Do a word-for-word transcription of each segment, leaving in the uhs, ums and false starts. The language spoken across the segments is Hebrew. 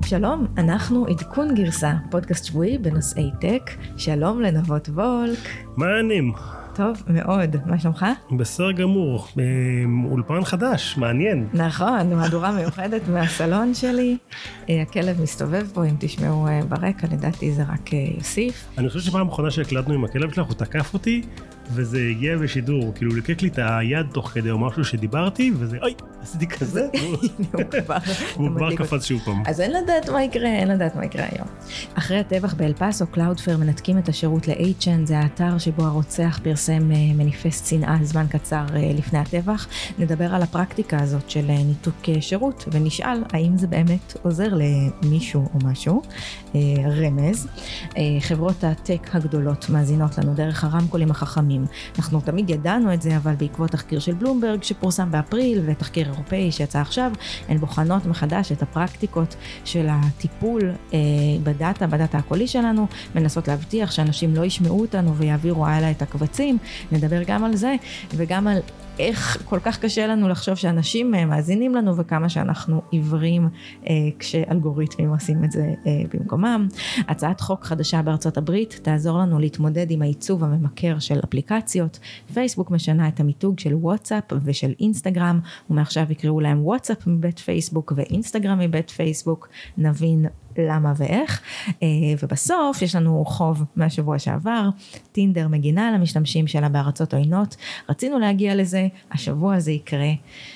שלום, אנחנו עדכון גרסה, פודקאסט שבועי בנושאי טק. שלום לנבות וולק. מה העניינים? טוב מאוד, מה שלומך? בסדר גמור, אולפן חדש, מעניין. נכון, מהדורה מיוחדת מהסלון שלי. הכלב מסתובב פה, אם תשמעו ברקע, לדעתי זה רק יוסיף. אני חושב שפעם האחרונה שהקלטנו עם הכלב שלך, הוא תקף אותי, וזה הגיע בשידור, כאילו לקק לי את היד תוך כדי או משהו שדיברתי, וזה, אוי, עשיתי כזה. הוא כבר קפץ שוב פעם. אז אין לדעת מה יקרה, אין לדעת מה יקרה היום. אחרי הטבח באל פאסו, קלאודפלר מנתקים את השירות ל-אייט צ'ן, זה האתר שבו הרוצח פרסם מניפסט שנאה זמן קצר לפני הטבח. נדבר על הפרקטיקה הזאת של ניתוק שירות, ונשאל האם זה באמת עוזר למישהו או משהו. רמז, חברות הטק הגדולות מאזינות לנו דרך הרמקולים החכמים. אנחנו תמיד ידענו את זה, אבל בעקבות תחקיר של בלומברג שפורסם באפריל ותחקיר אירופאי שיצא עכשיו, הן בוחנות מחדש את הפרקטיקות של הטיפול אה, בדאטה, בדאטה הקולי שלנו, מנסות להבטיח שאנשים לא ישמעו אותנו ויעבירו הלאה את הקבצים. נדבר גם על זה וגם על איך כל כך קשה לנו לחשוב שאנשים מאזינים לנו וכמה שאנחנו עיוורים אה, כשאלגוריתמים עושים את זה אה, במקומם. הצעת חוק חדשה בארצות הברית תעזור לנו להתמודד עם העיצוב הממכר של אפליקציות. פייסבוק משנה את המיתוג של וואטסאפ ושל אינסטגרם, ומעכשיו יקראו להם וואטסאפ מבית פייסבוק ואינסטגרם מבית פייסבוק. נבין למה ואיך. ובסוף יש לנו חוב מהשבוע שעבר, טינדר מגינה על המשתמשים שלה בארצות עוינות. רצינו להגיע לזה, השבוע זה יקרה.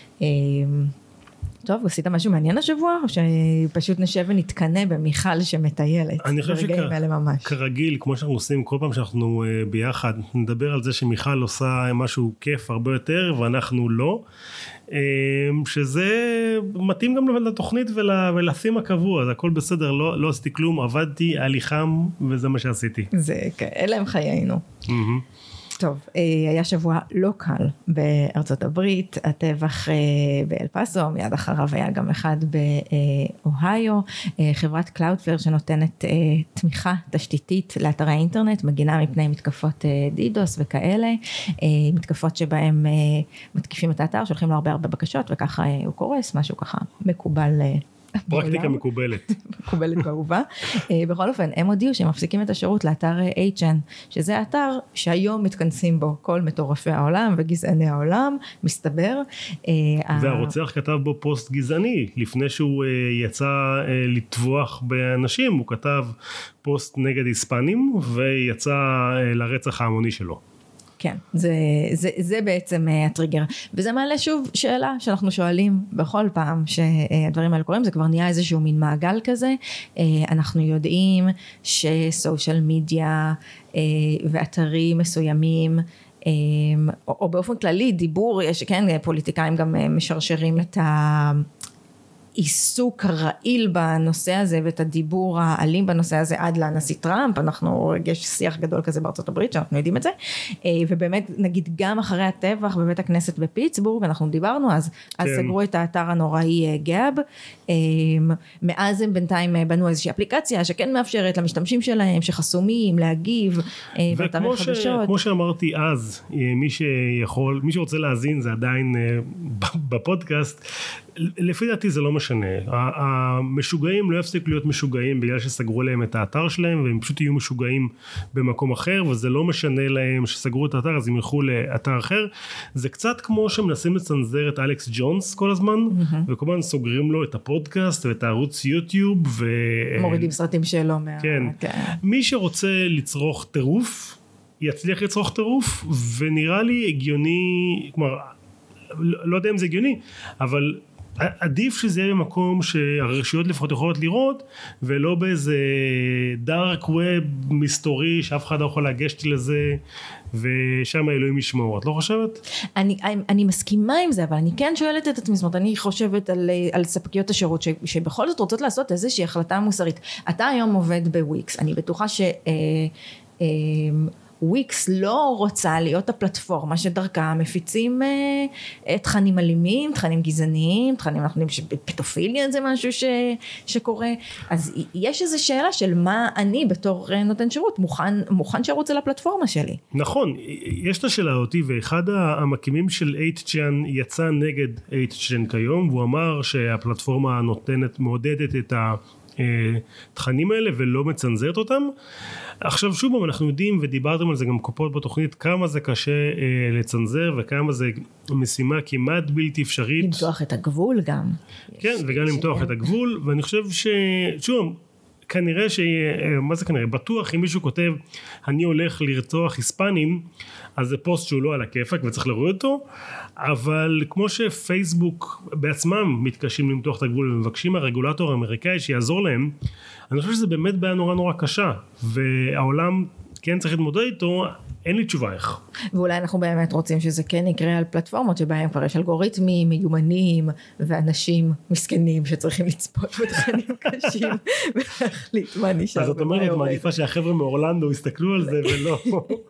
טוב, עשית משהו מעניין השבוע, או שפשוט נשב ונתקנה במיכל שמטיילת? אני חושב שכרגיל, כמו שאנחנו עושים כל פעם שאנחנו ביחד, נדבר על זה שמיכל עושה משהו כיף הרבה יותר, ואנחנו לא, שזה מתאים גם לתוכנית ולשים הקבוע, אז הכל בסדר, לא, לא עשיתי כלום, עבדתי, היה לי חם, וזה מה שעשיתי. זה, אלה הם חיינו. טוב, היה שבוע לא קל בארצות הברית, הטבח באל פאסו, מיד אחריו היה גם אחד באוהיו, חברת קלאודפלר שנותנת תמיכה תשתיתית לאתרי האינטרנט, מגינה מפני מתקפות דידוס וכאלה, מתקפות שבהם מתקיפים את האתר, שולחים לו הרבה הרבה בקשות וככה הוא קורס, משהו ככה מקובל פרקטיקה מקובלת. מקובלת באהובה. בכל אופן, הם הודיעו שהם מפסיקים את השירות לאתר אייט צ'ן, שזה אתר שהיום מתכנסים בו כל מטורפי העולם וגזעני העולם, מסתבר. והרוצח כתב בו פוסט גזעני, לפני שהוא יצא לטבוח באנשים, הוא כתב פוסט נגד היספנים, ויצא לרצח ההמוני שלו. כן, זה, זה, זה בעצם הטריגר, וזה מעלה שוב שאלה שאנחנו שואלים בכל פעם שהדברים האלה קורים, זה כבר נהיה איזשהו מין מעגל כזה. אנחנו יודעים שסושיאל מדיה ואתרים מסוימים, או, או באופן כללי דיבור, יש, כן, פוליטיקאים גם משרשרים את ה... עיסוק רעיל בנושא הזה ואת הדיבור האלים בנושא הזה עד לנשיא טראמפ. אנחנו, יש שיח גדול כזה בארצות הברית שאנחנו יודעים את זה, ובאמת נגיד גם אחרי הטבח בבית הכנסת בפיטסבורג, אנחנו דיברנו אז, כן. אז סגרו את האתר הנוראי גאב, מאז הם בינתיים בנו איזושהי אפליקציה שכן מאפשרת למשתמשים שלהם שחסומים להגיב באתרי חדשות. כמו שאמרתי אז, מי שיכול, מי שרוצה להאזין זה עדיין בפודקאסט, לפי דעתי זה לא משנה, המשוגעים לא יפסיקו להיות משוגעים בגלל שסגרו להם את האתר שלהם, והם פשוט יהיו משוגעים במקום אחר, וזה לא משנה להם שסגרו את האתר אז הם ילכו לאתר אחר. זה קצת כמו שמנסים לצנזר את אלכס ג'ונס כל הזמן, וכל הזמן סוגרים לו את הפודקאסט ואת הערוץ יוטיוב, מורידים סרטים שלו. כן, מי שרוצה לצרוך טירוף יצליח לצרוך טירוף, ונראה לי הגיוני, כלומר לא יודע אם זה הגיוני, אבל עדיף שזה יהיה במקום שהרשויות לפחות יכולות לראות, ולא באיזה דארק ווב מסתורי שאף אחד לא יכול לגשת לזה, ושם האלוהים ישמעו. את לא חושבת? אני, אני מסכימה עם זה, אבל אני כן שואלת את עצמי, זאת אומרת, אני חושבת על, על ספקיות השירות, ש, שבכל זאת רוצות לעשות איזושהי החלטה מוסרית. אתה היום עובד בוויקס, אני בטוחה ש... אה, אה, וויקס לא רוצה להיות הפלטפורמה שדרכה מפיצים אה, תכנים אלימים, תכנים גזעניים, תכנים, אנחנו יודעים שפדופיליה זה משהו ש, שקורה, אז יש איזו שאלה של מה אני בתור נותן שירות, מוכן, מוכן שירות על הפלטפורמה שלי. נכון, יש את השאלה אותי, ואחד המקימים של אייט צ'ן יצא נגד אייט צ'ן כיום, והוא אמר שהפלטפורמה נותנת, מעודדת את ה... התכנים האלה ולא מצנזרת אותם. עכשיו שוב אנחנו יודעים ודיברתם על זה גם קופות בתוכנית כמה זה קשה אה, לצנזר וכמה זה משימה כמעט בלתי אפשרית. למתוח את הגבול גם. כן וגם למתוח את הגבול ואני חושב ששוב כנראה ש... מה זה כנראה? בטוח אם מישהו כותב אני הולך לרצוח היספנים אז זה פוסט שהוא לא על הכיפק וצריך להוריד אותו, אבל כמו שפייסבוק בעצמם מתקשים למתוח את הגבול ומבקשים הרגולטור האמריקאי שיעזור להם, אני חושב שזה באמת בעיה נורא נורא קשה והעולם כן צריך להתמודד איתו, אין לי תשובה איך. ואולי אנחנו באמת רוצים שזה כן יקרה על פלטפורמות שבהם כבר יש אלגוריתמים מיומנים ואנשים מסכנים שצריכים לצפות בתכנים קשים ולהחליט מה נשאר. אז את אומרת מעדיפה שהחבר'ה מאורלנדו יסתכלו על זה ולא...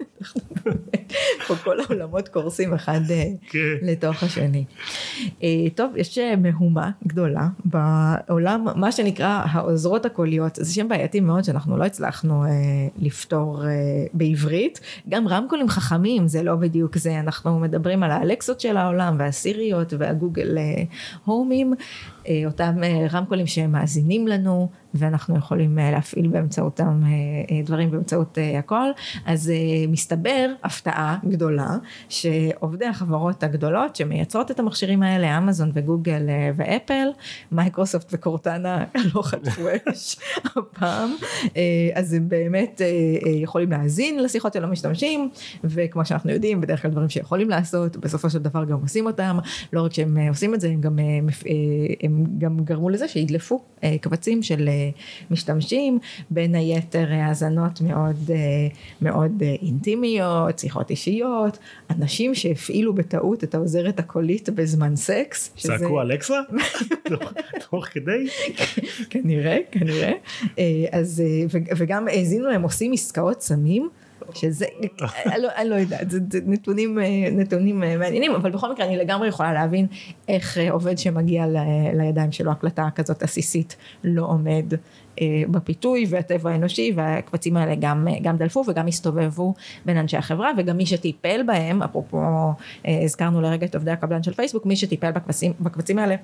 פה כל העולמות קורסים אחד לתוך השני. טוב, יש מהומה גדולה בעולם, מה שנקרא העוזרות הקוליות, זה שם בעייתי מאוד שאנחנו לא הצלחנו לפתור בעברית, גם רמקולים חכמים זה לא בדיוק זה, אנחנו מדברים על האלקסות של העולם והסיריות והגוגל הומים, אותם רמקולים שהם מאזינים לנו ואנחנו יכולים להפעיל באמצעותם דברים באמצעות הכל, אז מסתבר הפתעה גדולה שעובדי החברות הגדולות שמייצרות את המכשירים האלה, אמזון וגוגל ואפל, מייקרוסופט וקורטנה לא חטפו אש הפעם, אז הם באמת יכולים להאזין לשיחות של המשתמשים, וכמו שאנחנו יודעים בדרך כלל דברים שיכולים לעשות בסופו של דבר גם עושים אותם, לא רק שהם עושים את זה, הם גם, הם גם גרמו לזה שידלפו קבצים של משתמשים, בין היתר האזנות מאוד מאוד אינטימיות, שיחות אישיות, אנשים שהפעילו בטעות את העוזרת הקולית בזמן סקס. צעקו אלקסה? תוך כדי? כנראה, כנראה. אז, וגם האזינו להם עושים עסקאות סמים, שזה, אני לא יודעת, זה נתונים, נתונים מעניינים, אבל בכל מקרה אני לגמרי יכולה להבין איך עובד שמגיע לידיים שלו הקלטה כזאת עסיסית לא עומד בפיתוי והטבע האנושי, והקבצים האלה גם, גם דלפו וגם הסתובבו בין אנשי החברה, וגם מי שטיפל בהם, אפרופו הזכרנו לרגע את עובדי הקבלן של פייסבוק, מי שטיפל בקבצים, בקבצים האלה,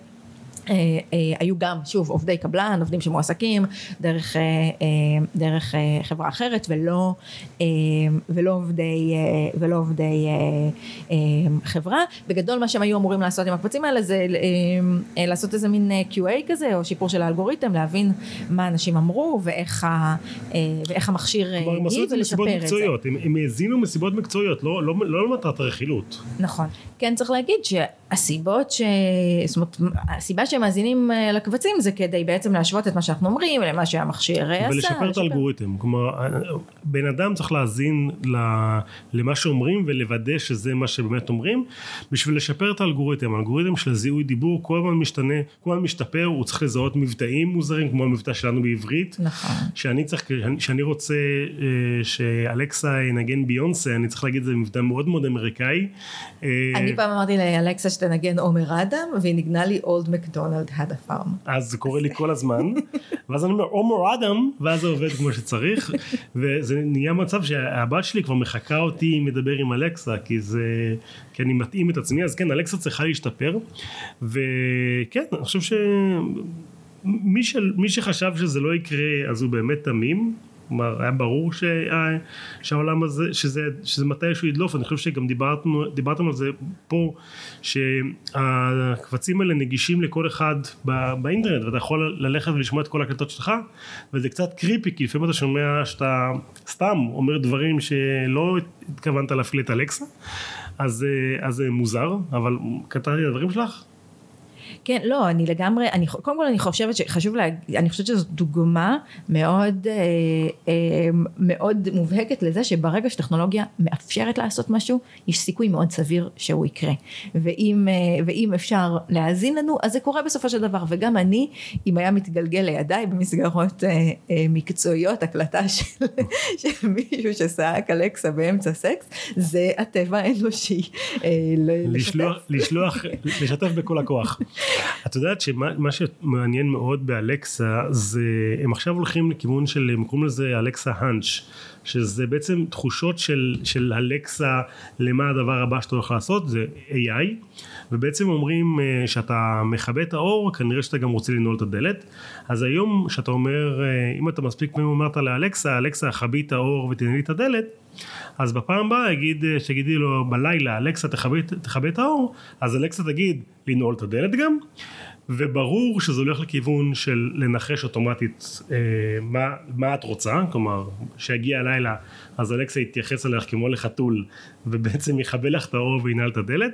היו גם שוב עובדי קבלן, עובדים שמועסקים דרך, דרך חברה אחרת ולא, ולא עובדי, ולא עובדי חברה. בגדול מה שהם היו אמורים לעשות עם הקבצים האלה זה לעשות איזה מין קיו איי כזה או שיפור של האלגוריתם, להבין מה אנשים אמרו ואיך, ה, ואיך המכשיר הגיב ולשפר את זה. הם האזינו מסיבות מקצועיות, לא, לא, לא למטרת רכילות. נכון. כן צריך להגיד שהסיבות ש... זאת אומרת, הסיבה שמאזינים לקבצים זה כדי בעצם להשוות את מה שאנחנו אומרים למה שהמכשיר עשה. ולשפר את האלגוריתם. כלומר, בן אדם צריך להאזין למה שאומרים ולוודא שזה מה שבאמת אומרים, בשביל לשפר את האלגוריתם. האלגוריתם של הזיהוי דיבור כל הזמן משתנה, כל הזמן משתפר, הוא צריך לזהות מבטאים מוזרים, כמו המבטא שלנו בעברית. נכון. שאני צריך, שאני רוצה שאלקסה ינגן ביונסה, אני צריך להגיד זה מבטא מאוד מאוד אמריקאי. אני פעם אמרתי לאלקסה שתנגן עומר אדם, והיא נגנה לי אולד מקדונלד had a farm. אז זה קורה לי כל הזמן, ואז אני אומר עומר אדם, ואז זה עובד כמו שצריך, וזה נהיה מצב שהבת שלי כבר מחכה אותי מדבר עם אלקסה, כי זה, כי אני מתאים את עצמי, אז כן, אלקסה צריכה להשתפר, וכן, אני חושב שמי ש... מי שחשב שזה לא יקרה, אז הוא באמת תמים, כלומר, היה ברור שה, שהעולם הזה, שזה, שזה מתי שהוא ידלוף. אני חושב שגם דיברתנו, דיברתם על זה פה, שהקבצים האלה נגישים לכל אחד באינטרנט, ואתה יכול ללכת ולשמוע את כל הקלטות שלך, וזה קצת קריפי, כי לפעמים אתה שומע שאתה סתם אומר דברים שלא התכוונת להפעיל את אלקסה, אז, אז זה מוזר, אבל קטעתי את הדברים שלך? כן, לא, אני לגמרי, אני, קודם כל אני חושבת שחשוב להגיד, אני חושבת שזו דוגמה מאוד, אה, אה, מאוד מובהקת לזה שברגע שטכנולוגיה מאפשרת לעשות משהו, יש סיכוי מאוד סביר שהוא יקרה. ואם, אה, ואם אפשר להאזין לנו, אז זה קורה בסופו של דבר. וגם אני, אם היה מתגלגל לידיי במסגרות אה, אה, מקצועיות, הקלטה של, של מישהו שסעק אלקסה באמצע סקס, זה הטבע האנושי. אה, לשלוח, לשלוח, לשתף בכל הכוח. את יודעת שמה שמעניין מאוד באלקסה זה הם עכשיו הולכים לכיוון של, הם קוראים לזה אלקסה הנץ', שזה בעצם תחושות של, של אלקסה למה הדבר הבא שאתה הולך לעשות, זה איי איי, ובעצם אומרים שאתה מכבה את האור, כנראה שאתה גם רוצה לנעול את הדלת. אז היום שאתה אומר, אם אתה מספיק פעמים אומרת לאלקסה, אלקסה חבי את האור ותנעלי את הדלת, אז בפעם הבאה יגיד, שתגידי לו בלילה, אלקסה תכבה, תכבה את האור, אז אלקסה תגיד לנעול את הדלת גם, וברור שזה הולך לכיוון של לנחש אוטומטית אה, מה, מה את רוצה, כלומר שיגיע הלילה אז אלקסה יתייחס עליך כמו לחתול ובעצם יכבה לך את האור וינעל את הדלת.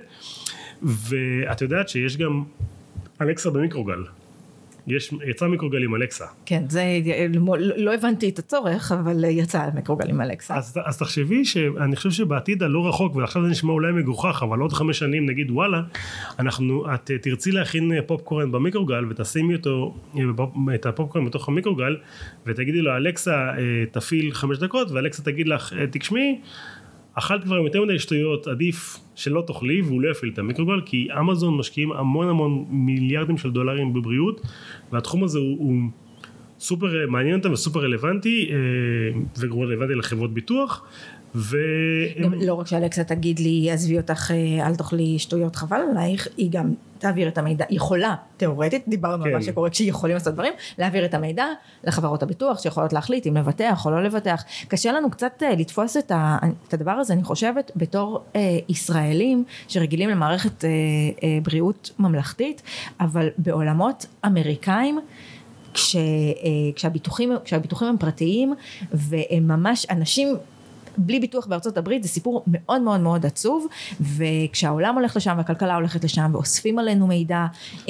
ואת יודעת שיש גם אלקסה במיקרוגל, יש, יצא מיקרוגל עם אלקסה. כן, זה, לא, לא הבנתי את הצורך, אבל יצא מיקרוגל עם אלקסה. אז, אז תחשבי שאני חושב שבעתיד הלא רחוק, ועכשיו זה נשמע אולי מגוחך, אבל עוד חמש שנים נגיד וואלה, אנחנו, את תרצי להכין פופקורן במיקרוגל, ותשימי אותו, את הפופקורן בתוך המיקרוגל, ותגידי לו אלקסה תפיל חמש דקות, ואלקסה תגיד לך תקשמי, אכלת כבר יותר מדי שטויות, עדיף שלא תאכלי והוא לא יפעיל את המיקרוגל, כי אמזון משקיעים המון המון מיליארדים של דולרים בבריאות, והתחום הזה הוא, הוא סופר מעניין אותם וסופר רלוונטי, וגם רלוונטי לחברות ביטוח. ו... גם לא רק שאלקסה תגיד לי, עזבי אותך, אל תאכלי שטויות חבל עלייך, היא גם תעביר את המידע, היא יכולה, תיאורטית, דיברנו על מה שקורה כשיכולים לעשות דברים, להעביר את המידע לחברות הביטוח, שיכולות להחליט אם לבטח או לא לבטח. קשה לנו קצת לתפוס את, ה, את הדבר הזה, אני חושבת, בתור אה, ישראלים שרגילים למערכת אה, אה, בריאות ממלכתית, אבל בעולמות אמריקאים, כש, אה, כשהביטוחים, כשהביטוחים הם פרטיים, והם ממש אנשים, בלי ביטוח בארצות הברית, זה סיפור מאוד מאוד מאוד עצוב, וכשהעולם הולך לשם והכלכלה הולכת לשם ואוספים עלינו מידע,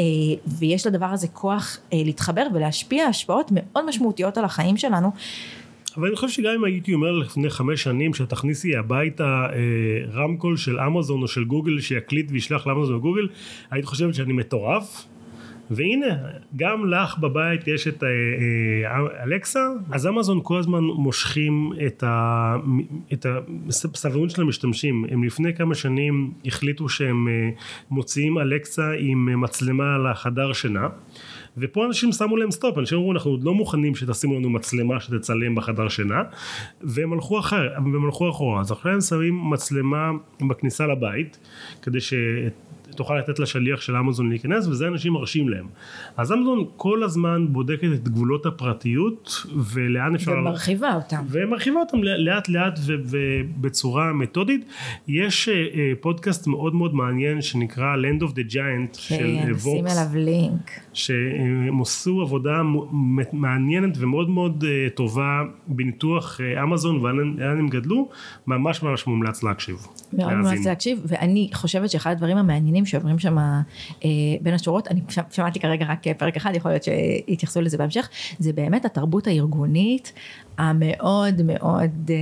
ויש לדבר הזה כוח להתחבר ולהשפיע השפעות מאוד משמעותיות על החיים שלנו. אבל אני חושב שגם אם הייתי אומר לפני חמש שנים שתכניסי הביתה רמקול של אמזון או של גוגל שיקליט וישלח לאמזון וגוגל, הייתי חושבת שאני מטורף. והנה, גם לך בבית יש את אלקסה, אז אמזון כל הזמן מושכים את, ה, את הסבלנות של המשתמשים. הם לפני כמה שנים החליטו שהם מוציאים אלקסה עם מצלמה על החדר שינה, ופה אנשים שמו להם סטופ, אנשים אמרו אנחנו עוד לא מוכנים שתשימו לנו מצלמה שתצלם בחדר שינה, והם הלכו אחר, והם הלכו אחורה, אז עכשיו הם שמים מצלמה בכניסה לבית, כדי ש... תוכל לתת לשליח של אמזון להיכנס, וזה אנשים מרשים להם. אז אמזון כל הזמן בודקת את גבולות הפרטיות, ולאן אפשר... ומרחיבה אותם. ומרחיבה אותם לאט לאט ובצורה מתודית. יש פודקאסט מאוד מאוד מעניין, שנקרא Land of the Giant, של ווקס. שים אליו לינק. שהם עשו עבודה מעניינת ומאוד מאוד טובה, בניתוח אמזון, ולאן הם גדלו, ממש ממש מומלץ להקשיב. מאוד מומלץ להקשיב, ואני חושבת שאחד הדברים המעניינים שעוברים שם אה, בין השורות, אני שמעתי כרגע רק פרק אחד, יכול להיות שהתייחסו לזה בהמשך, זה באמת התרבות הארגונית המאוד מאוד אה,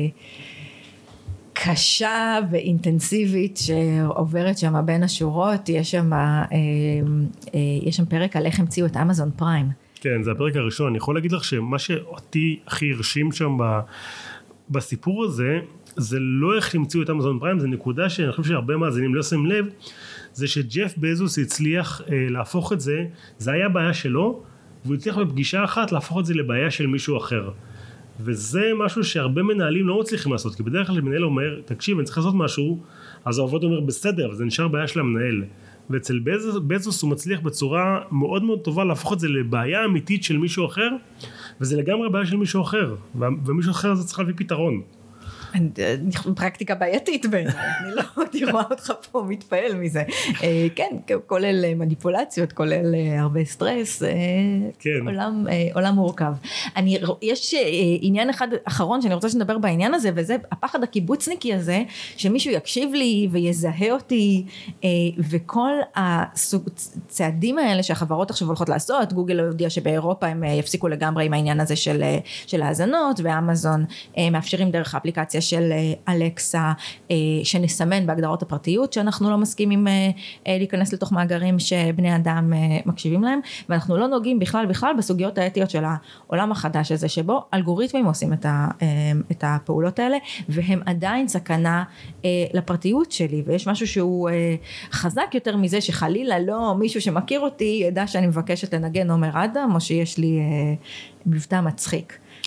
קשה ואינטנסיבית שעוברת שם בין השורות. יש שם, אה, אה, יש שם פרק על איך המציאו את אמזון פריים. כן, זה הפרק הראשון. אני יכול להגיד לך שמה שאותי הכי הרשים שם ב, בסיפור הזה, זה לא איך המציאו את אמזון פריים, זה נקודה שאני חושב שהרבה מאזינים לא שמים לב, זה שג'ף בזוס הצליח אה, להפוך את זה, זה היה בעיה שלו, והוא הצליח בפגישה אחת להפוך את זה לבעיה של מישהו אחר. וזה משהו שהרבה מנהלים לא מצליחים לעשות, כי בדרך כלל מנהל אומר, תקשיב, אני צריך לעשות משהו, אז העובד אומר, בסדר, אבל זה נשאר בעיה של המנהל. ואצל בזוס, בזוס הוא מצליח בצורה מאוד מאוד טובה להפוך את זה לבעיה אמיתית של מישהו אחר, וזה לגמרי בעיה של מישהו אחר, ומישהו אחר זה צריך להביא פתרון. פרקטיקה בעייתית בעיניי, אני לא רואה אותך פה מתפעל מזה. כן, כולל מניפולציות, כולל הרבה סטרס, עולם מורכב. יש עניין אחד אחרון שאני רוצה שנדבר בעניין הזה, וזה הפחד הקיבוצניקי הזה, שמישהו יקשיב לי ויזהה אותי, וכל הצעדים האלה שהחברות עכשיו הולכות לעשות, גוגל הודיע שבאירופה הם יפסיקו לגמרי עם העניין הזה של האזנות, ואמזון מאפשרים דרך האפליקציה של אלקסה, שנסמן בהגדרות הפרטיות, שאנחנו לא מסכימים להיכנס לתוך מאגרים שבני אדם מקשיבים להם, ואנחנו לא נוגעים בכלל בכלל בסוגיות האתיות של העולם החדש הזה, שבו אלגוריתמים עושים את הפעולות האלה, והם עדיין סכנה לפרטיות שלי, ויש משהו שהוא חזק יותר מזה, שחלילה לא מישהו שמכיר אותי, ידע שאני מבקשת לנגן עומר אדם, או שיש לי מבטא מצחיק.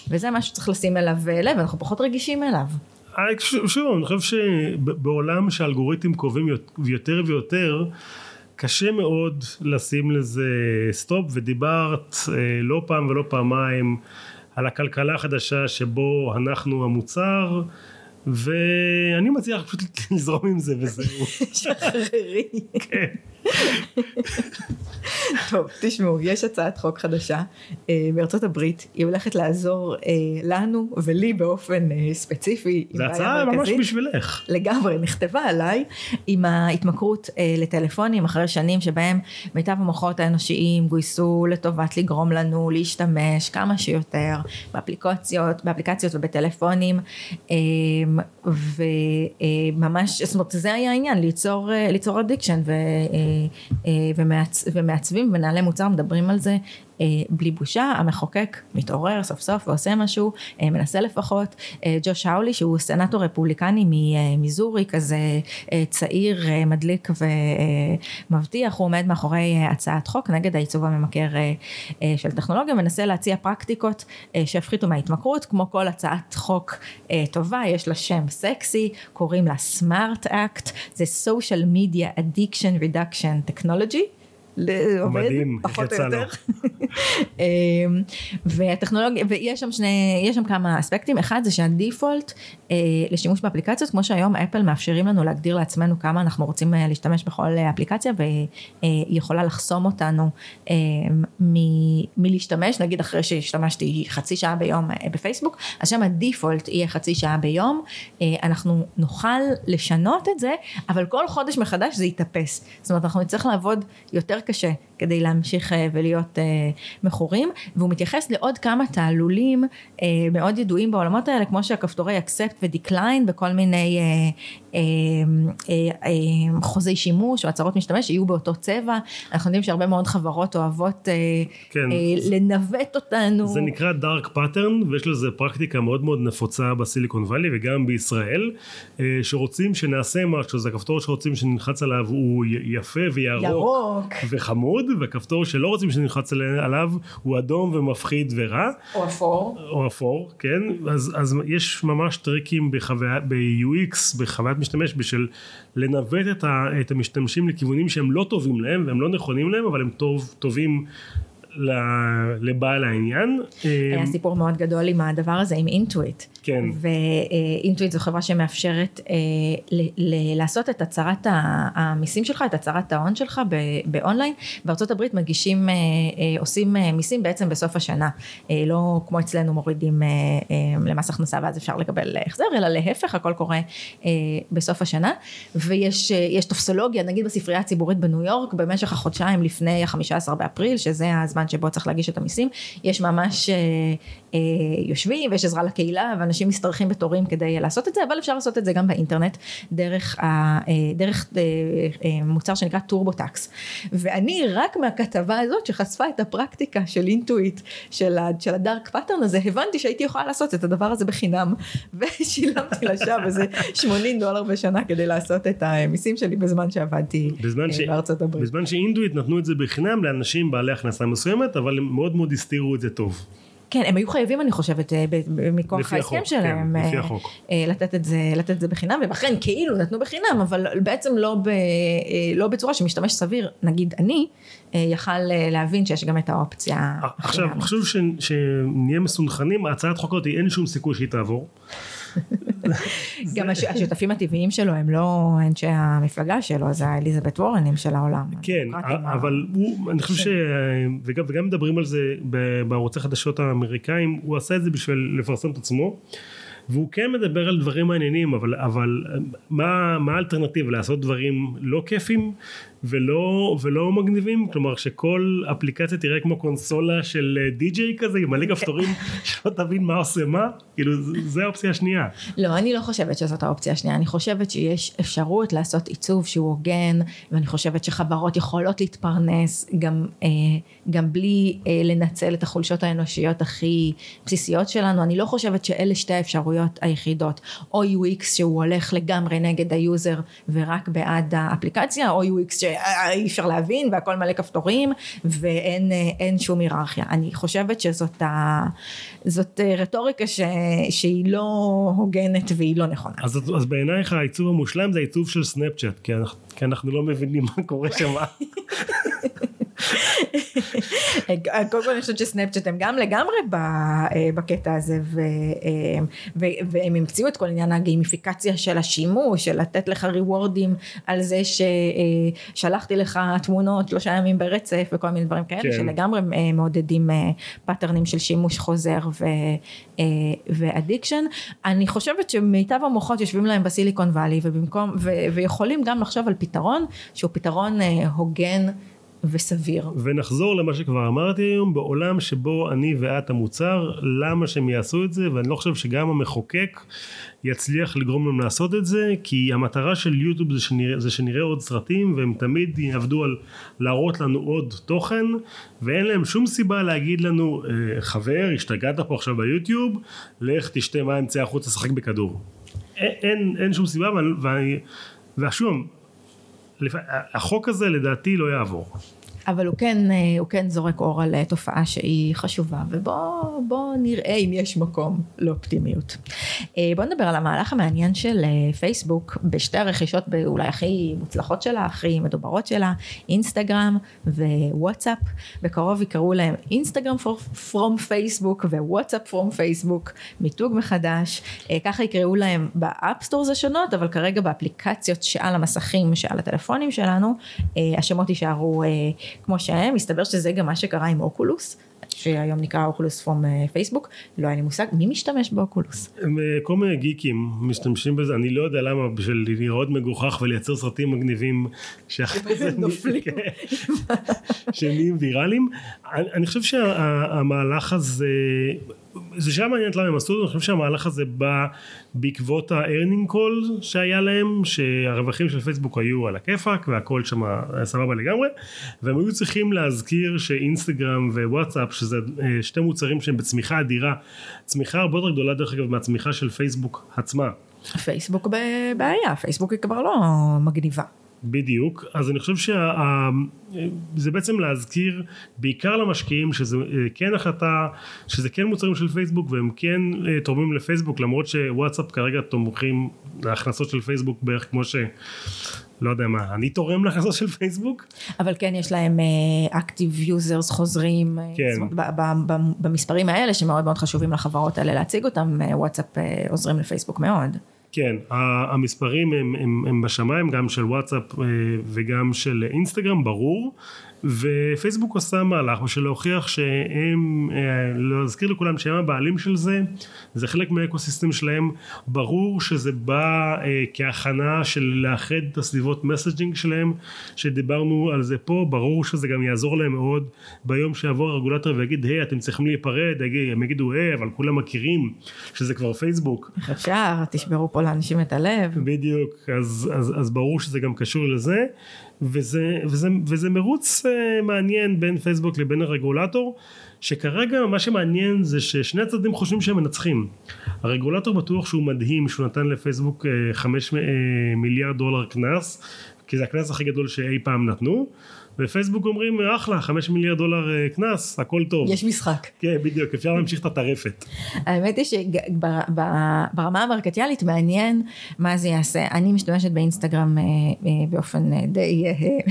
וזה משהו שצריך לשים אליו לב, אנחנו פחות רגישים אליו. שוב, אני חושב שבעולם שהאלגוריתמים קובעים יותר ויותר, קשה מאוד לשים לזה סטופ, ודיברת לא פעם ולא פעמיים על הכלכלה החדשה שבו אנחנו המוצר, ואני מציע פשוט לזרום עם זה וזהו. שחררי. כן. טוב, תשמעו, יש הצעת חוק חדשה בארצות הברית, היא הולכת לעזור לנו ולי באופן ספציפי. זו הצעה ממש בשבילך. לגמרי, נכתבה עליי עם ההתמכרות לטלפונים, אחרי שנים שבהם מיטב המוחות האנושיים גויסו לטובת לגרום לנו להשתמש כמה שיותר באפליקציות, באפליקציות ובטלפונים, וממש, זאת אומרת, זה היה העניין, ליצור, ליצור אדיקשן ו... ומעצבים ומנהלי מוצר מדברים על זה בלי בושה. המחוקק מתעורר סוף סוף ועושה משהו, מנסה לפחות. ג'וש האולי שהוא סנטור רפובליקני ממיזורי, כזה צעיר מדליק ומבטיח, הוא עומד מאחורי הצעת חוק נגד העיצוב הממכר של טכנולוגיה, מנסה להציע פרקטיקות שהפחיתו מההתמכרות. כמו כל הצעת חוק טובה, יש לה שם סקסי, קוראים לה סמארט אקט, זה Social Media Addiction Reduction Technology, מדהים, איך יצא לו. והטכנולוגיה, ויש שם שני, יש שם כמה אספקטים. אחד זה שהדיפולט לשימוש באפליקציות, כמו שהיום אפל מאפשרים לנו להגדיר לעצמנו כמה אנחנו רוצים להשתמש בכל אפליקציה, והיא יכולה לחסום אותנו מלהשתמש, נגיד אחרי שהשתמשתי חצי שעה ביום בפייסבוק, אז שם הדיפולט יהיה חצי שעה ביום, אנחנו נוכל לשנות את זה, אבל כל חודש מחדש זה יתאפס. זאת אומרת, אנחנו נצטרך לעבוד יותר קשה כדי להמשיך ולהיות מכורים, והוא מתייחס לעוד כמה תעלולים מאוד ידועים בעולמות האלה, כמו שהכפתורי accept ו-decline בכל מיני חוזי שימוש או הצהרות משתמש שיהיו באותו צבע. אנחנו יודעים שהרבה מאוד חברות אוהבות לנווט אותנו. זה נקרא dark pattern, ויש לזה פרקטיקה מאוד מאוד נפוצה בסיליקון ואלי וגם בישראל, שרוצים שנעשה משהו, זה הכפתור שרוצים שנלחץ עליו הוא יפה וירוק וחמוד, והכפתור שלא רוצים שנלחץ עליו הוא אדום ומפחיד ורע. או אפור. או אפור, כן. אז, אז יש ממש טריקים בחוויה, ב-יו אקס, בחוויית משתמש, בשביל לנווט את, ה, את המשתמשים לכיוונים שהם לא טובים להם, והם לא נכונים להם, אבל הם טוב, טובים לבעל העניין. היה סיפור מאוד גדול עם הדבר הזה, עם אינטואיט. כן. ואינטואיט זו חברה שמאפשרת לעשות את הצהרת המיסים שלך, את הצהרת ההון שלך באונליין. בארצות הברית מגישים, עושים מיסים בעצם בסוף השנה. לא כמו אצלנו מורידים למס הכנסה ואז אפשר לקבל החזר, אלא להפך, הכל קורה בסוף השנה. ויש טופסולוגיה, נגיד בספרייה הציבורית בניו יורק, במשך החודשיים לפני ה-חמישה עשר באפריל, שזה הזמן שבו צריך להגיש את המיסים, יש ממש יושבים ויש עזרה לקהילה, ואנשים מסתרכים בתורים כדי לעשות את זה, אבל אפשר לעשות את זה גם באינטרנט, דרך, דרך מוצר שנקרא טורבוטקס. ואני רק מהכתבה הזאת שחשפה את הפרקטיקה של אינטואיט, של הדארק פאטרן הזה, הבנתי שהייתי יכולה לעשות את הדבר הזה בחינם, ושילמתי לשם איזה שמונים דולר בשנה כדי לעשות את המיסים שלי בזמן שעבדתי בארצות הברית. בזמן שאינטואיט נתנו את זה בחינם לאנשים בעלי הכנסה מסוימת, אבל הם מאוד מאוד הסתירו את זה טוב. כן, הם היו חייבים, אני חושבת, מכוח ההסכם שלהם, לפי החוק. לתת את זה, לתת את זה בחינם, ובכן כאילו נתנו בחינם, אבל בעצם לא, ב, לא בצורה שמשתמש סביר, נגיד אני, יכל להבין שיש גם את האופציה. עכשיו, חשוב שנהיה מסונכנים, הצעת חוק אותי, אין שום סיכוי שהיא תעבור. גם השותפים הטבעיים שלו הם לא אנשי המפלגה שלו, זה אליזבת וורנים של העולם. כן, אבל הוא, אני חושב ש... וגם מדברים על זה בערוצי חדשות האמריקאים, הוא עשה את זה בשביל לפרסם את עצמו, והוא כן מדבר על דברים מעניינים, אבל, אבל מה, מה האלטרנטיבה? לעשות דברים לא כיפים ולא, ולא מגניבים? כלומר, שכל אפליקציה תראה כמו קונסולה של די-ג'יי כזה, עם מלא כפתורים שלא תבין מה עושה מה, כאילו, זה האופציה השנייה. לא, אני לא חושבת שזאת האופציה השנייה, אני חושבת שיש אפשרות לעשות עיצוב שהוא הוגן, ואני חושבת שחברות יכולות להתפרנס, גם, גם בלי לנצל את החולשות האנושיות הכי בסיסיות שלנו, אני לא חושבת שאלה שתי האפשרויות, האפשרויות היחידות, או יו אקס שהוא הולך לגמרי נגד היוזר ורק בעד האפליקציה, או יו אקס שאי אפשר להבין והכל מלא כפתורים ואין אין שום היררכיה. אני חושבת שזאת ה, זאת רטוריקה ש, שהיא לא הוגנת והיא לא נכונה. אז, אז בעינייך העיצוב המושלם זה העיצוב של סנאפצ'אט, כי אנחנו, כי אנחנו לא מבינים מה קורה שם. קודם כל אני חושבת שסנאפצ'אט הם גם לגמרי בקטע הזה, והם המציאו את כל עניין הגיימיפיקציה של השימוש, של לתת לך ריוורדים על זה ששלחתי לך תמונות שלושה ימים ברצף וכל מיני דברים כאלה, שלגמרי מעודדים פאטרנים של שימוש חוזר ואדיקשן. אני חושבת שמיטב המוחות יושבים להם בסיליקון ואלי, ויכולים גם לחשוב על פתרון שהוא פתרון הוגן וסביר. ונחזור למה שכבר אמרתי היום, בעולם שבו אני ואת המוצר, למה שהם יעשו את זה, ואני לא חושב שגם המחוקק יצליח לגרום להם לעשות את זה, כי המטרה של יוטיוב זה שנראה, זה שנראה עוד סרטים, והם תמיד יעבדו על להראות לנו עוד תוכן, ואין להם שום סיבה להגיד לנו, חבר, השתגעת פה עכשיו ביוטיוב, לך תשתה מים, צא החוץ, תשחק בכדור. אין, אין, אין שום סיבה, והשום, החוק הזה לדעתי לא יעבור. אבל הוא כן, הוא כן זורק אור על תופעה שהיא חשובה, ובוא, בוא נראה אם יש מקום לאופטימיות. בוא נדבר על המהלך המעניין של פייסבוק, בשתי הרכישות אולי הכי מוצלחות שלה, הכי מדוברות שלה, אינסטגרם ווואטסאפ, בקרוב יקראו להם אינסטגרם פרום פייסבוק ווואטסאפ פרום פייסבוק, מיתוג מחדש, ככה יקראו להם באפסטורס השונות, אבל כרגע באפליקציות שעל המסכים, שעל הטלפונים שלנו, השמות יישארו כמו שהם. מסתבר שזה גם מה שקרה עם אוקולוס, שהיום נקרא אוקולוס פרום פייסבוק. לא היה לי מושג מי משתמש באוקולוס. כל מיני גיקים משתמשים בזה, אני לא יודע למה, בשביל לראות מגוחך ולייצר סרטים מגניבים נופלים שנהיים ויראליים. אני חושב שהמהלך הזה, זה שהיה מעניינת למה הם עשו, אני חושב שהמהלך הזה בא בעקבות ה-earning call שהיה להם, שהרווחים של פייסבוק היו על הכיפק והכל שם סבבה לגמרי, והם היו צריכים להזכיר שאינסטגרם ווואטסאפ, שזה שתי מוצרים שהם בצמיחה אדירה, צמיחה הרבה יותר גדולה דרך אגב מהצמיחה של פייסבוק עצמה. פייסבוק בבעיה, פייסבוק היא כבר לא מגניבה. בדיוק, אז אני חושב שזה בעצם להזכיר בעיקר למשקיעים שזה כן החלטה, שזה כן מוצרים של פייסבוק והם כן תורמים לפייסבוק, למרות שוואטסאפ כרגע תומכים להכנסות של פייסבוק בערך כמו ש... לא יודע מה, אני תורם להכנסות של פייסבוק? אבל כן, יש להם active users חוזרים, כן. זאת אומרת, במספרים האלה שמאוד מאוד חשובים לחברות האלה להציג אותם, וואטסאפ עוזרים לפייסבוק מאוד. כן, המספרים הם, הם, הם בשמיים, גם של וואטסאפ וגם של אינסטגרם, ברור, ופייסבוק עושה מהלך בשביל להוכיח שהם, להזכיר לכולם שהם הבעלים של זה, זה חלק מהאקוסיסטם שלהם, ברור שזה בא כהכנה של לאחד את הסביבות מסג'ינג שלהם, שדיברנו על זה פה, ברור שזה גם יעזור להם מאוד, ביום שיעבור הרגולטור ויגיד, היי, אתם צריכים להיפרד, הם יגידו, היי, אבל כולם מכירים שזה כבר פייסבוק. איך אפשר, תשברו פה לאנשים את הלב. בדיוק, אז, אז, אז ברור שזה גם קשור לזה, וזה, וזה, וזה מרוץ מעניין בין פייסבוק לבין הרגולטור, שכרגע מה שמעניין זה ששני הצדדים חושבים שהם מנצחים. הרגולטור בטוח שהוא מדהים, שהוא נתן לפייסבוק חמש מיליארד דולר כנס, כי זה הכנס הכי גדול שאי פעם נתנו, ופייסבוק אומרים, אחלה, חמש מיליארד דולר כנס, הכל טוב. יש משחק. כן, בדיוק, אפשר להמשיך את הטרפת. האמת היא שברמה המרקטיאלית מעניין מה זה יעשה. אני משתמשת באינסטגרם באופן די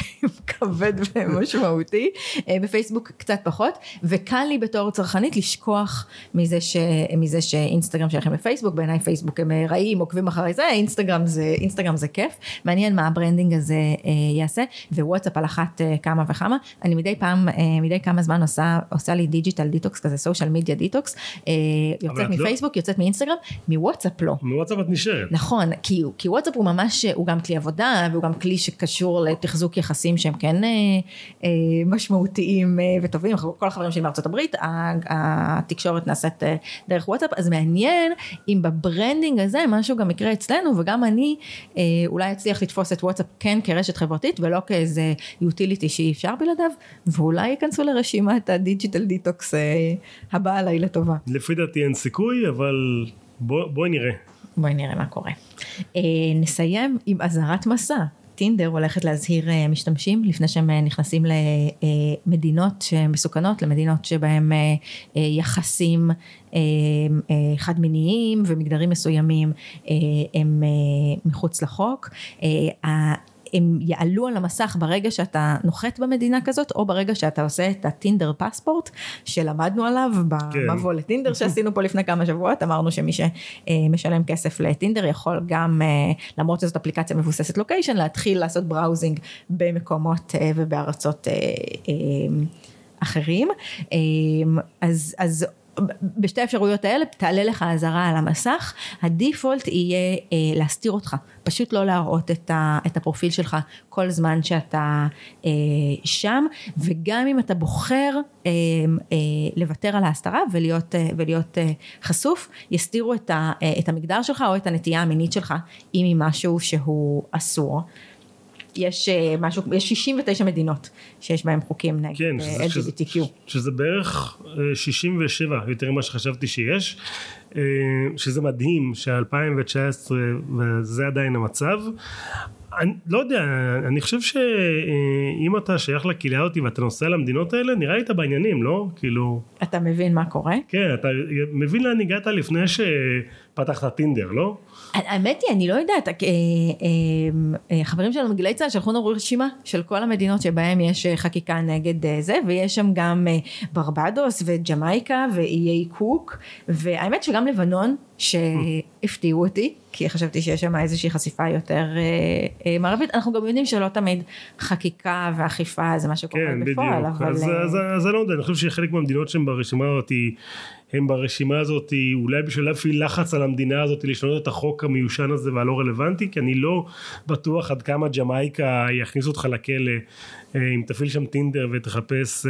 כבד ומשמעותי, בפייסבוק קצת פחות, וקל לי בתור צרכנית לשכוח מזה, ש, מזה שאינסטגרם שלכם בפייסבוק, בעיניי פייסבוק הם רעים, עוקבים אחרי זה, אינסטגרם זה, אינסטגרם זה כיף, מעניין מה הברנדינג הזה יעשה, ווואטסאפ על אחת כמה וכמה, אני מדי פעם, מדי כמה זמן עושה, עושה לי דיג'יטל דיטוקס, כזה סושיאל מדיה דיטוקס, יוצאת מפייסבוק, יוצאת מאינסטגרם, מוואטסאפ לא. מוואטסאפ את נשארת. נכון, כי, כי וואטסאפ הוא ממש, הוא גם כלי עבודה, והוא גם כלי שקשור לתחזוק יחסים שהם כן משמעותיים וטובים, כל החברים שלי בארצות הברית, התקשורת נעשית דרך וואטסאפ, אז מעניין אם בברנדינג הזה משהו גם יקרה אצלנו, וגם אני אולי אצליח לתפוס את וואטסאפ כן כרשת חברתית, ולא כאיזה יוטיליטי שאי אפשר בלעדיו, ואולי ייכנסו לרשימת הדיג'יטל דיטוקס הבאה עליי לטובה. לפי דעתי אין סיכוי, אבל בוא, בואי נראה. בואי נראה מה קורה. נסיים עם אזהרת מסע. טינדר הולכת להזהיר משתמשים לפני שהם נכנסים למדינות שמסוכנות, למדינות שבהם יחסים חד מיניים ומגדרים מסוימים הם מחוץ לחוק. הם יעלו על המסך ברגע שאתה נוחת במדינה כזאת, או ברגע שאתה עושה את הטינדר פספורט, שלמדנו עליו במבוא לטינדר שעשינו פה לפני כמה שבועות, אמרנו שמי שמשלם כסף לטינדר יכול גם, למרות שזאת אפליקציה מבוססת לוקיישן, להתחיל לעשות בראוזינג במקומות ובארצות אחרים. אז, אז בשתי האפשרויות האלה תעלה לך הזרה על המסך, הדיפולט יהיה אה, להסתיר אותך, פשוט לא להראות את, ה, את הפרופיל שלך כל זמן שאתה אה, שם, וגם אם אתה בוחר אה, אה, לוותר על ההסתרה ולהיות, אה, ולהיות אה, חשוף, יסתירו את, ה, אה, את המגדר שלך או את הנטייה המינית שלך, אם היא משהו שהוא אסור. יש משהו, יש שישים ותשע מדינות שיש בהם חוקים נגד כן, אל ג'י בי טי קיו. שזה, שזה בערך שישים ושבע, יותר ממה שחשבתי שיש, שזה מדהים ש-אלפיים תשע עשרה וזה עדיין המצב. אני לא יודע, אני חושב שאם אתה שייך לקהילה אותי ואתה נוסע למדינות האלה, נראה לי אתה בעניינים, לא? כאילו... אתה מבין מה קורה? כן, אתה מבין לאן הגעת לפני שפתחת טינדר, לא? האמת היא, אני לא יודעת, חברים שלנו מגלי צה"ל שלחו לנו רשימה של כל המדינות שבהם יש חקיקה נגד זה, ויש שם גם ברבדוס וג'מייקה ואיי קוק, והאמת שגם לבנון שהפתיעו אותי, כי חשבתי שיש שם איזושהי חשיפה יותר מערבית. אנחנו גם יודעים שלא תמיד חקיקה ואכיפה זה מה שקורה בפועל. כן, בדיוק. אז אני לא יודע, אני חושב שחלק מהמדינות שהן ברשימה הזאת, הם ברשימה הזאת אולי בשביל להפעיל לחץ על המדינה הזאת לשנות את החוק המיושן הזה והלא רלוונטי, כי אני לא בטוח עד כמה ג'מייקה יכניס אותך לכלא אם תפעיל שם טינדר ותחפש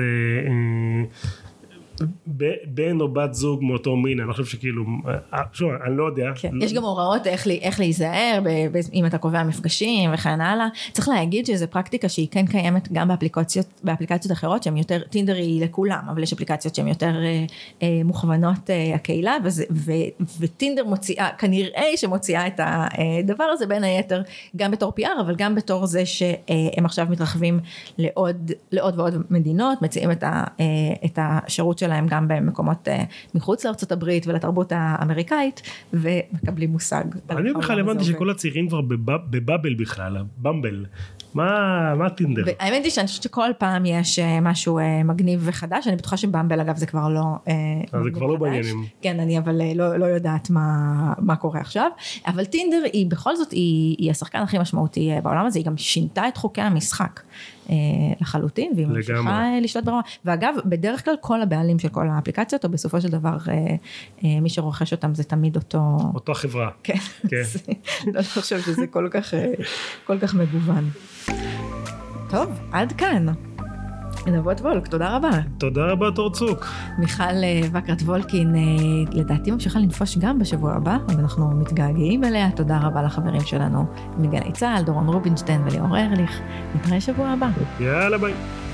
בן או בת זוג מאותו מין. אני חושב שכאילו, שוב, אני לא יודע. יש גם הוראות איך להיזהר אם אתה קובע מפגשים וכן הלאה. צריך להגיד שזו פרקטיקה שהיא כן קיימת גם באפליקציות אחרות שהן יותר, טינדר היא לכולם, אבל יש אפליקציות שהן יותר מוכוונות הקהילה, וטינדר מוציאה, כנראה שמוציאה את הדבר הזה בין היתר גם בתור פי אר, אבל גם בתור זה שהם עכשיו מתרחבים לעוד ועוד מדינות, מציעים את השירות של להם גם במקומות מחוץ לארצות הברית ולתרבות האמריקאית, ומקבלים מושג. אני בכלל הבנתי שכל הצעירים כבר בבאבל בכלל, במבל. מה טינדר? האמת היא שאני חושבת שכל פעם יש משהו מגניב וחדש, אני בטוחה שבמבל אגב זה כבר לא זה כבר לא בעניינים. כן, אני אבל לא יודעת מה קורה עכשיו, אבל טינדר היא בכל זאת, היא השחקן הכי משמעותי בעולם הזה, היא גם שינתה את חוקי המשחק לחלוטין, והיא ממשיכה לשלוט ברמה, ואגב בדרך כלל כל הבעלים של כל האפליקציות, או בסופו של דבר מי שרוכש אותם זה תמיד אותו אותו חברה. כן, לא חושב שזה כל כך כל כך מגוון. טוב, עד כאן. נבות וולק, תודה רבה. תודה רבה תורצוק. מיכל וקרת וולקין, לדעתי ממשיכה לנפוש גם בשבוע הבא, ואנחנו מתגעגעים אליה. תודה רבה לחברים שלנו מגלי צה"ל, דורון רובינשטיין וליאור ארליך. נתראה שבוע הבא. יאללה ביי.